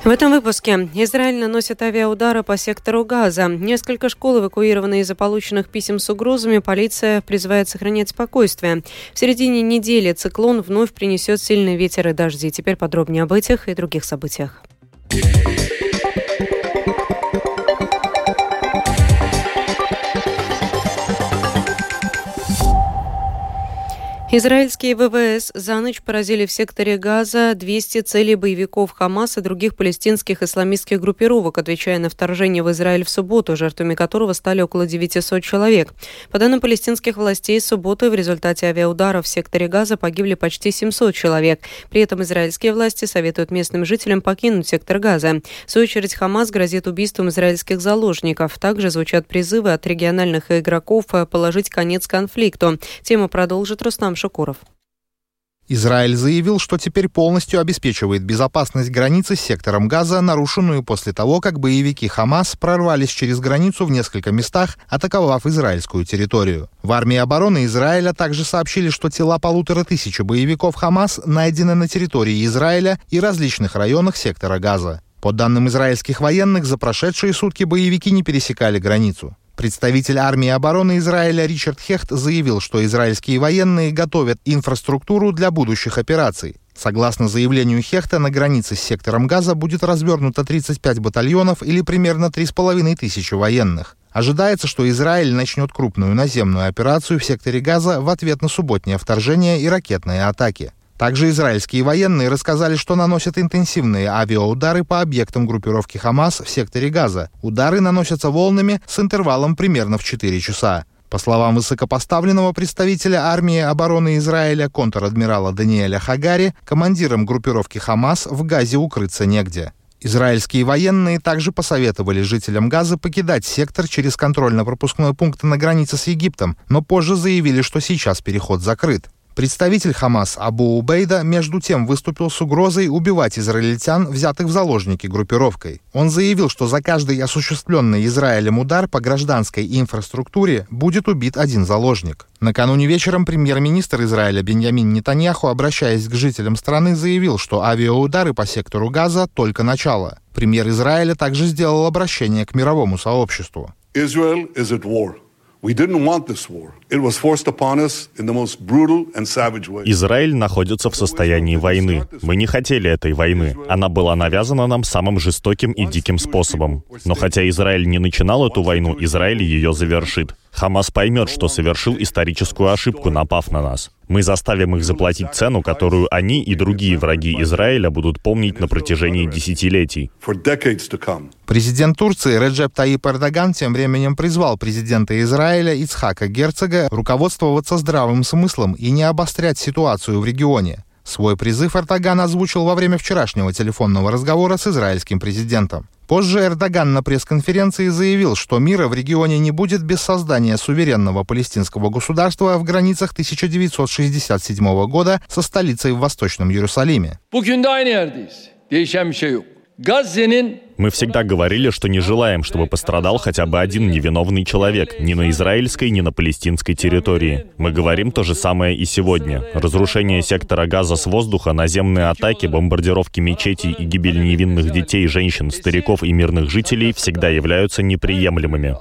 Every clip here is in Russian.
В этом выпуске Израиль наносит авиаудары по сектору Газа. Несколько школ эвакуированы из-за полученных писем с угрозами. Полиция призывает сохранять спокойствие. В середине недели циклон вновь принесет сильный ветер и дожди. Теперь подробнее об этих и других событиях. Израильские ВВС за ночь поразили в секторе Газа 200 целей боевиков Хамас и других палестинских исламистских группировок, отвечая на вторжение в Израиль в субботу, жертвами которого стали около 900 человек. По данным палестинских властей, с субботы в результате авиаударов в секторе Газа погибли почти 700 человек. При этом израильские власти советуют местным жителям покинуть сектор Газа. В свою очередь, Хамас грозит убийством израильских заложников. Также звучат призывы от региональных игроков положить конец конфликту. Тему продолжит Рустам Шукуров. Израиль заявил, что теперь полностью обеспечивает безопасность границы с сектором Газа, нарушенную после того, как боевики Хамас прорвались через границу в несколько местах, атаковав израильскую территорию. В армии обороны Израиля также сообщили, что тела 1500 боевиков Хамас найдены на территории Израиля и различных районах сектора Газа. По данным израильских военных, за прошедшие сутки боевики не пересекали границу. Представитель армии обороны Израиля Ричард Хехт заявил, что израильские военные готовят инфраструктуру для будущих операций. Согласно заявлению Хехта, на границе с сектором Газа будет развернуто 35 батальонов или примерно 3500 военных. Ожидается, что Израиль начнет крупную наземную операцию в секторе Газа в ответ на субботнее вторжение и ракетные атаки. Также израильские военные рассказали, что наносят интенсивные авиаудары по объектам группировки Хамас в секторе Газа. Удары наносятся волнами с интервалом примерно в 4 часа. По словам высокопоставленного представителя армии обороны Израиля, контр-адмирала Даниэля Хагари, командирам группировки Хамас в Газе укрыться негде. Израильские военные также посоветовали жителям Газа покидать сектор через контрольно-пропускной пункт на границе с Египтом, но позже заявили, что сейчас переход закрыт. Представитель Хамас Абу Убейда, между тем, выступил с угрозой убивать израильтян, взятых в заложники группировкой. Он заявил, что за каждый осуществленный Израилем удар по гражданской инфраструктуре будет убит один заложник. Накануне вечером премьер-министр Израиля Биньямин Нетаньяху, обращаясь к жителям страны, заявил, что авиаудары по сектору Газа – только начало. Премьер Израиля также сделал обращение к мировому сообществу. Израиль находится в состоянии войны. Мы не хотели этой войны. Она была навязана нам самым жестоким и диким способом. Но хотя Израиль не начинал эту войну, Израиль ее завершит. Хамас поймет, что совершил историческую ошибку, напав на нас. Мы заставим их заплатить цену, которую они и другие враги Израиля будут помнить на протяжении десятилетий. Президент Турции Реджеп Таyyip Эрдоган тем временем призвал президента Израиля Ицхака Герцога руководствоваться здравым смыслом и не обострять ситуацию в регионе. Свой призыв Эрдоган озвучил во время вчерашнего телефонного разговора с израильским президентом. Позже Эрдоган на пресс-конференции заявил, что мира в регионе не будет без создания суверенного палестинского государства в границах 1967 года со столицей в Восточном Иерусалиме. Мы всегда говорили, что не желаем, чтобы пострадал хотя бы один невиновный человек ни на израильской, ни на палестинской территории. Мы говорим то же самое и сегодня. Разрушение сектора Газа с воздуха, наземные атаки, бомбардировки мечетей и гибель невинных детей, женщин, стариков и мирных жителей всегда являются неприемлемыми.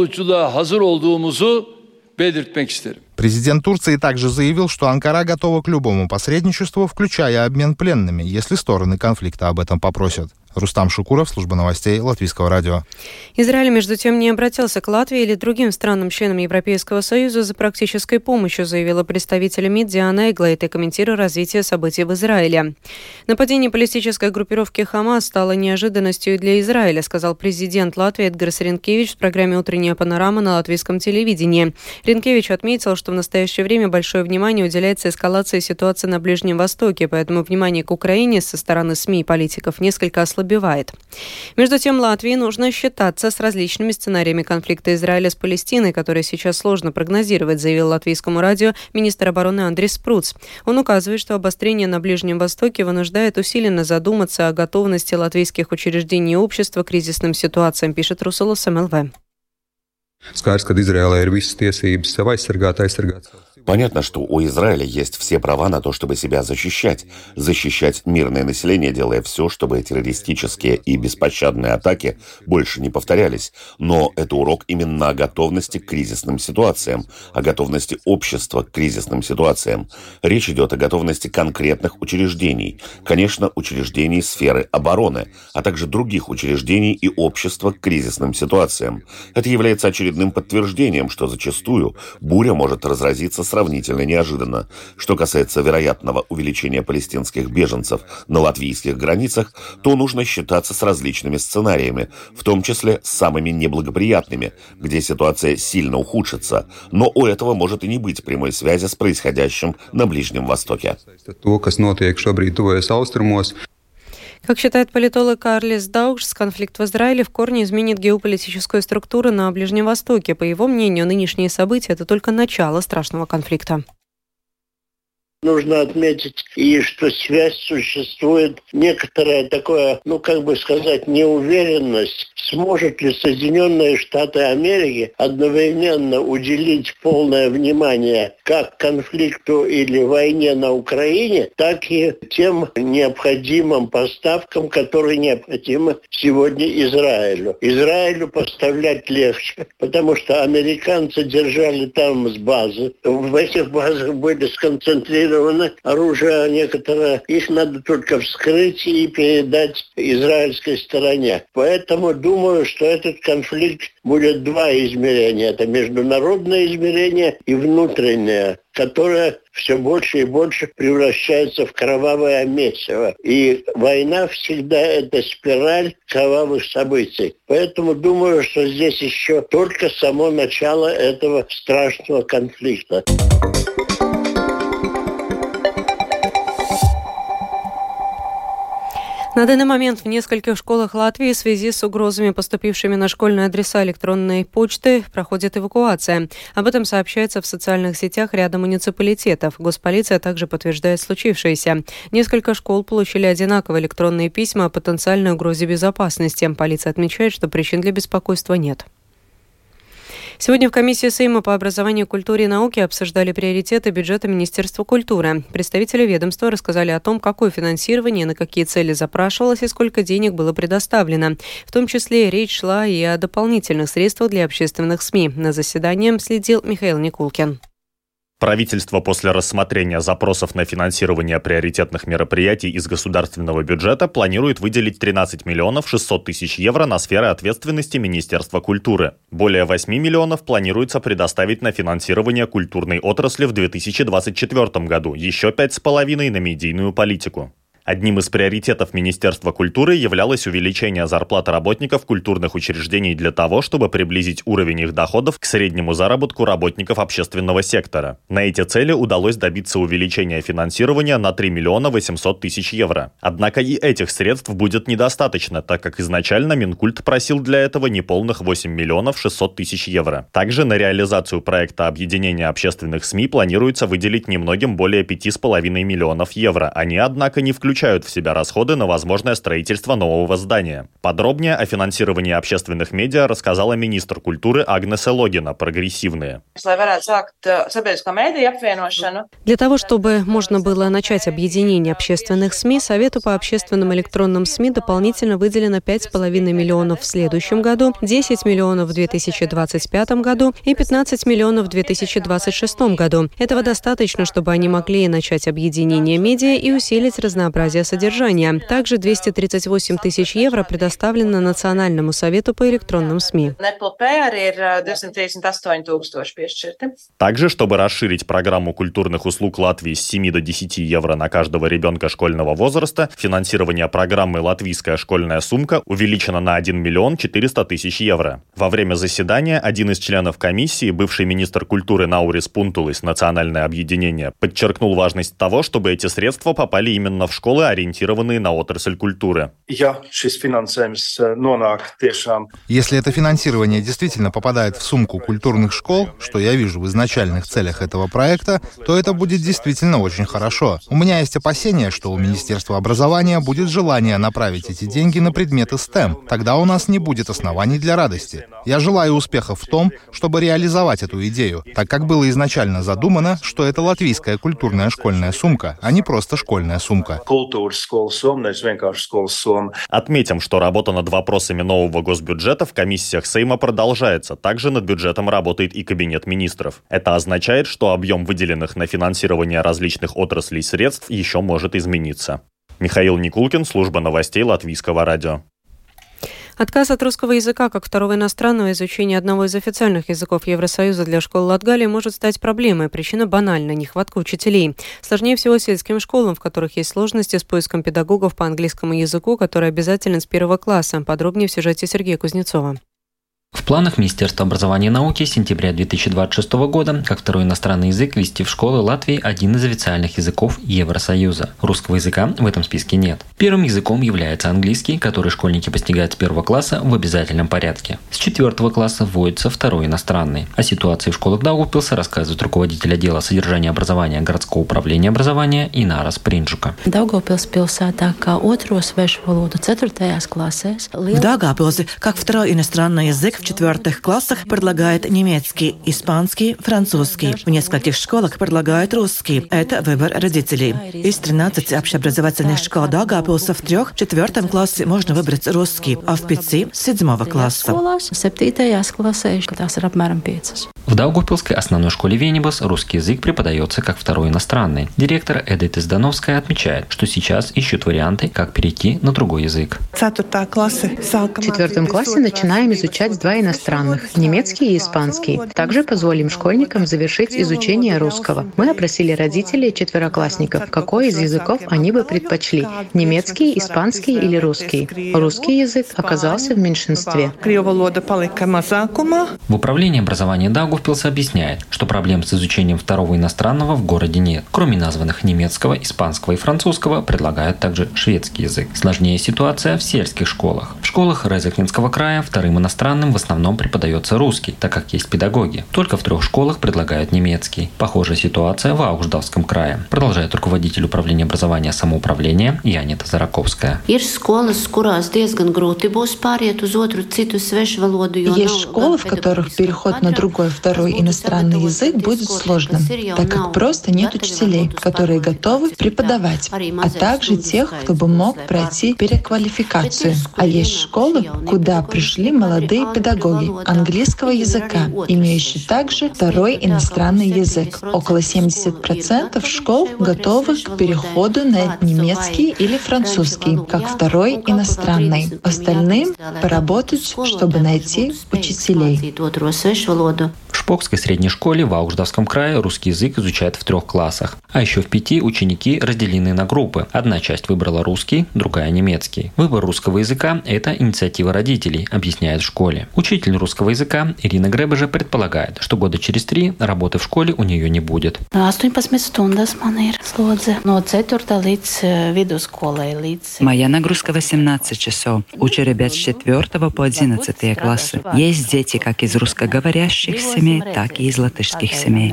Президент Турции также заявил, что Анкара готова к любому посредничеству, включая обмен пленными, если стороны конфликта об этом попросят. Рустам Шукуров, служба новостей Латвийского радио. Израиль, между тем, не обратился к Латвии или другим странам-членам Европейского Союза за практической помощью, заявила представитель МИД Диана Эглейт, комментируя развитие событий в Израиле. Нападение баллистической группировки Хамас стало неожиданностью и для Израиля, сказал президент Латвии Эдгарс Ринкевич в программе «Утренняя панорама» на латвийском телевидении. Ринкевич отметил, что в настоящее время большое внимание уделяется эскалации ситуации на Ближнем Востоке, поэтому внимание к Украине со стороны СМИ и политиков несколько ослабевает. Между тем, Латвии нужно считаться с различными сценариями конфликта Израиля с Палестиной, которые сейчас сложно прогнозировать, заявил латвийскому радио министр обороны Андрис Спруц. Он указывает, что обострение на Ближнем Востоке вынуждает усиленно задуматься о готовности латвийских учреждений и общества к кризисным ситуациям, пишет Русалус МЛВ. Понятно, что у Израиля есть все права на то, чтобы себя защищать мирное население, делая все, чтобы террористические и беспощадные атаки больше не повторялись. Но это урок именно о готовности к кризисным ситуациям, о готовности общества к кризисным ситуациям. Речь идет о готовности конкретных учреждений, конечно, учреждений сферы обороны, а также других учреждений и общества к кризисным ситуациям. Это является очередным подтверждением, что зачастую буря может разразиться сравнительно неожиданно. Что касается вероятного увеличения палестинских беженцев на латвийских границах, то нужно считаться с различными сценариями, в том числе с самыми неблагоприятными, где ситуация сильно ухудшится, но у этого может и не быть прямой связи с происходящим на Ближнем Востоке. Как считает политолог Карлис Даукшс, конфликт в Израиле в корне изменит геополитическую структуру на Ближнем Востоке. По его мнению, нынешние события – это только начало страшного конфликта. Нужно отметить и что связь существует, некоторая такая, неуверенность, сможет ли Соединенные Штаты Америки одновременно уделить полное внимание как конфликту или войне на Украине, так и тем необходимым поставкам, которые необходимы сегодня Израилю. Израилю поставлять легче, потому что американцы держали там с базы. В этих базах были сконцентрированы оружие некоторое, их надо только вскрыть и передать израильской стороне. Поэтому думаю, что этот конфликт будет два измерения. Это международное измерение и внутреннее, которое все больше и больше превращается в кровавое месиво. И война всегда это спираль кровавых событий. Поэтому думаю, что здесь еще только само начало этого страшного конфликта. На данный момент в нескольких школах Латвии в связи с угрозами, поступившими на школьные адреса электронной почты, проходит эвакуация. Об этом сообщается в социальных сетях ряда муниципалитетов. Госполиция также подтверждает случившееся. Несколько школ получили одинаковые электронные письма о потенциальной угрозе безопасности. Полиция отмечает, что причин для беспокойства нет. Сегодня в комиссии Сейма по образованию, культуре и науке обсуждали приоритеты бюджета Министерства культуры. Представители ведомства рассказали о том, какое финансирование, на какие цели запрашивалось и сколько денег было предоставлено. В том числе речь шла и о дополнительных средствах для общественных СМИ. На заседании следил Михаил Никулкин. Правительство после рассмотрения запросов на финансирование приоритетных мероприятий из государственного бюджета планирует выделить 13 миллионов 600 тысяч евро на сферы ответственности Министерства культуры. Более 8 миллионов планируется предоставить на финансирование культурной отрасли в 2024 году, еще 5,5 на медийную политику. Одним из приоритетов Министерства культуры являлось увеличение зарплат работников культурных учреждений для того, чтобы приблизить уровень их доходов к среднему заработку работников общественного сектора. На эти цели удалось добиться увеличения финансирования на 3 миллиона 800 тысяч евро. Однако и этих средств будет недостаточно, так как изначально Минкульт просил для этого неполных 8 миллионов 600 тысяч евро. Также на реализацию проекта объединения общественных СМИ планируется выделить немногим более 5,5 миллионов евро. Они, однако, не включают в себя расходы на возможное строительство нового здания. Подробнее о финансировании общественных медиа рассказала министр культуры Агнеса Логина, прогрессивные. Для того, чтобы можно было начать объединение общественных СМИ, Совету по общественным электронным СМИ дополнительно выделено 5,5 миллионов в следующем году, 10 миллионов в 2025 году и 15 миллионов в 2026 году. Этого достаточно, чтобы они могли начать объединение медиа и усилить разнообразие содержания. Также 238 тысяч евро предоставлено Национальному совету по электронным СМИ. Также, чтобы расширить программу культурных услуг Латвии с 7 до 10 евро на каждого ребенка школьного возраста, финансирование программы «Латвийская школьная сумка» увеличено на 1 миллион 400 тысяч евро. Во время заседания один из членов комиссии, бывший министр культуры Наурис Пунтулис, Национальное объединение, подчеркнул важность того, чтобы эти средства попали именно в школы школы, ориентированные на отрасль культуры. Если это финансирование действительно попадает в сумку культурных школ, что я вижу в изначальных целях этого проекта, то это будет действительно очень хорошо. У меня есть опасения, что у Министерства образования будет желание направить эти деньги на предметы STEM. Тогда у нас не будет оснований для радости. Я желаю успехов в том, чтобы реализовать эту идею, так как было изначально задумано, что это латвийская культурная школьная сумка, а не просто школьная сумка. Отметим, что работа над вопросами нового госбюджета в комиссиях Сейма продолжается. Также над бюджетом работает и Кабинет министров. Это означает, что объем выделенных на финансирование различных отраслей средств еще может измениться. Михаил Никулкин, служба новостей Латвийского радио. Отказ от русского языка как второго иностранного изучения одного из официальных языков Евросоюза для школ Латгалии может стать проблемой. Причина банальна – нехватка учителей. Сложнее всего сельским школам, в которых есть сложности с поиском педагогов по английскому языку, который обязателен с 1 класса. Подробнее в сюжете Сергея Кузнецова. В планах Министерства образования и науки с сентября 2026 года как второй иностранный язык ввести в школы Латвии один из официальных языков Евросоюза. Русского языка в этом списке нет. Первым языком является английский, который школьники постигают с 1 класса в обязательном порядке. С 4 класса вводится второй иностранный. О ситуации в школах Даугавпилса рассказывает руководитель отдела содержания образования городского управления образования Инара Спринджука. В Даугавпилсе, как второй иностранный язык, в 4 классах предлагает немецкий, испанский, французский. В нескольких школах предлагают русский. Это выбор родителей. Из 13 общеобразовательных школ Даугавпилса в 3-4 классе можно выбрать русский, а в 5 с 7 класса. В Даугавпилской основной школе Венибас русский язык преподается как второй иностранный. Директор Эдита Здановская отмечает, что сейчас ищут варианты, как перейти на другой язык. В 4 классе начинаем изучать два иностранных – немецкий и испанский. Также позволим школьникам завершить изучение русского. Мы опросили родителей четвероклассников, какой из языков они бы предпочли – немецкий, испанский или русский. Русский язык оказался в меньшинстве. В управлении образования Даугавпилса объясняет, что проблем с изучением второго иностранного в городе нет. Кроме названных немецкого, испанского и французского, предлагают также шведский язык. Сложнее ситуация в сельских школах. В школах Резекненского края вторым иностранным в основном преподается русский, так как есть педагоги. Только в 3 школах предлагают немецкий. Похожая ситуация в Аугждалском крае. Продолжает руководитель управления образования самоуправления Янита Зараковская. Есть школы, в которых переход на другой второй иностранный язык будет сложным, так как просто нет учителей, которые готовы преподавать, а также тех, кто бы мог пройти переквалификацию. А есть школы, куда пришли молодые педагоги английского языка, имеющие также второй иностранный язык. Около 70% школ готовы к переходу на немецкий или французский, как второй иностранный. Остальным поработать, чтобы найти учителей. В Шпокской средней школе в Аугждалском крае русский язык изучают в 3 классах. А еще в 5 ученики разделены на группы. Одна часть выбрала русский, другая немецкий. Выбор русского языка – это инициатива родителей, объясняет в школе. Учитель русского языка Ирина Гребежа предполагает, что года через 3 работы в школе у нее не будет. Моя нагрузка 18 часов. Учу ребят с 4 по 11 классы. Есть дети как из русскоговорящих семей, так и из латышских семей.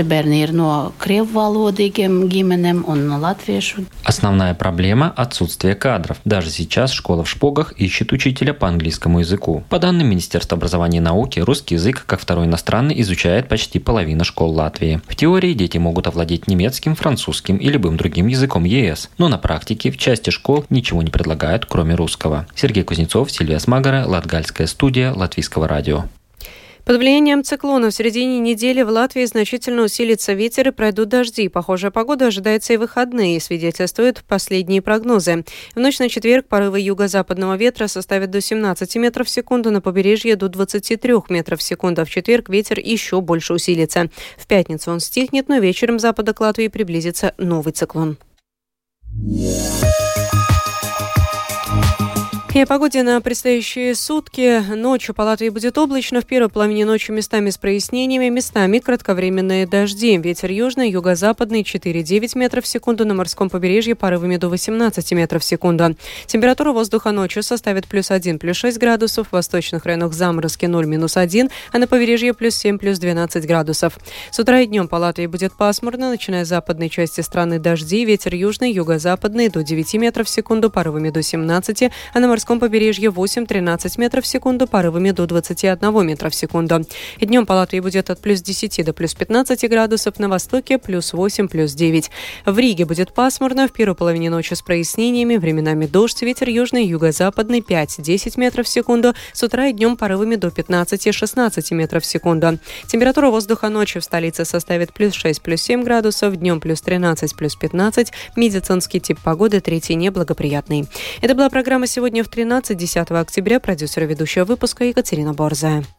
Основная проблема – отсутствие кадров. Даже сейчас школа в Шпогах ищет учителя по английскому языку. По данным Министерства образования и науки, русский язык как второй иностранный изучает почти половина школ Латвии. В теории дети могут овладеть немецким, французским и любым другим языком ЕС, но на практике в части школ ничего не предлагают, кроме русского. Сергей Кузнецов, Сильвия Смагара, Латгальская студия, Латвийского радио. Под влиянием циклона в середине недели в Латвии значительно усилится ветер и пройдут дожди. Похожая погода ожидается и в выходные, свидетельствуют последние прогнозы. В ночь на четверг порывы юго-западного ветра составят до 17 метров в секунду, на побережье до 23 метров в секунду. А в четверг ветер еще больше усилится. В пятницу он стихнет, но вечером запада к Латвии приблизится новый циклон. И о погоде на предстоящие сутки. Ночью по Латвии будет облачно. В первой половине ночи местами с прояснениями, местами кратковременные дожди. Ветер южный, юго-западный 4-9 метров в секунду. На морском побережье порывами до 18 метров в секунду. Температура воздуха ночью составит +1, +6 градусов. В восточных районах заморозки 0, -1, а на побережье +7, +12 градусов. С утра и днем по Латвии будет пасмурно. Начиная с западной части страны дожди. Ветер южный, юго-западный до 9 метров в секунду, порывами до 17, а на морском побережье 8-13 метров в секунду, порывами до 21 метра в секунду. И днем по Латвии будет от +10 до +15 градусов, на востоке +8, +9. В Риге будет пасмурно, в первой половине ночи с прояснениями, временами дождь, ветер южный, юго-западный 5-10 метров в секунду, с утра и днем порывами до 15-16 метров в секунду. Температура воздуха ночью в столице составит +6, +7 градусов, днем +13, +15. Медицинский тип погоды третий неблагоприятный. Это была программа «Сегодня в 13», 10 октября. Продюсер и ведущая выпуска Екатерина Борзая.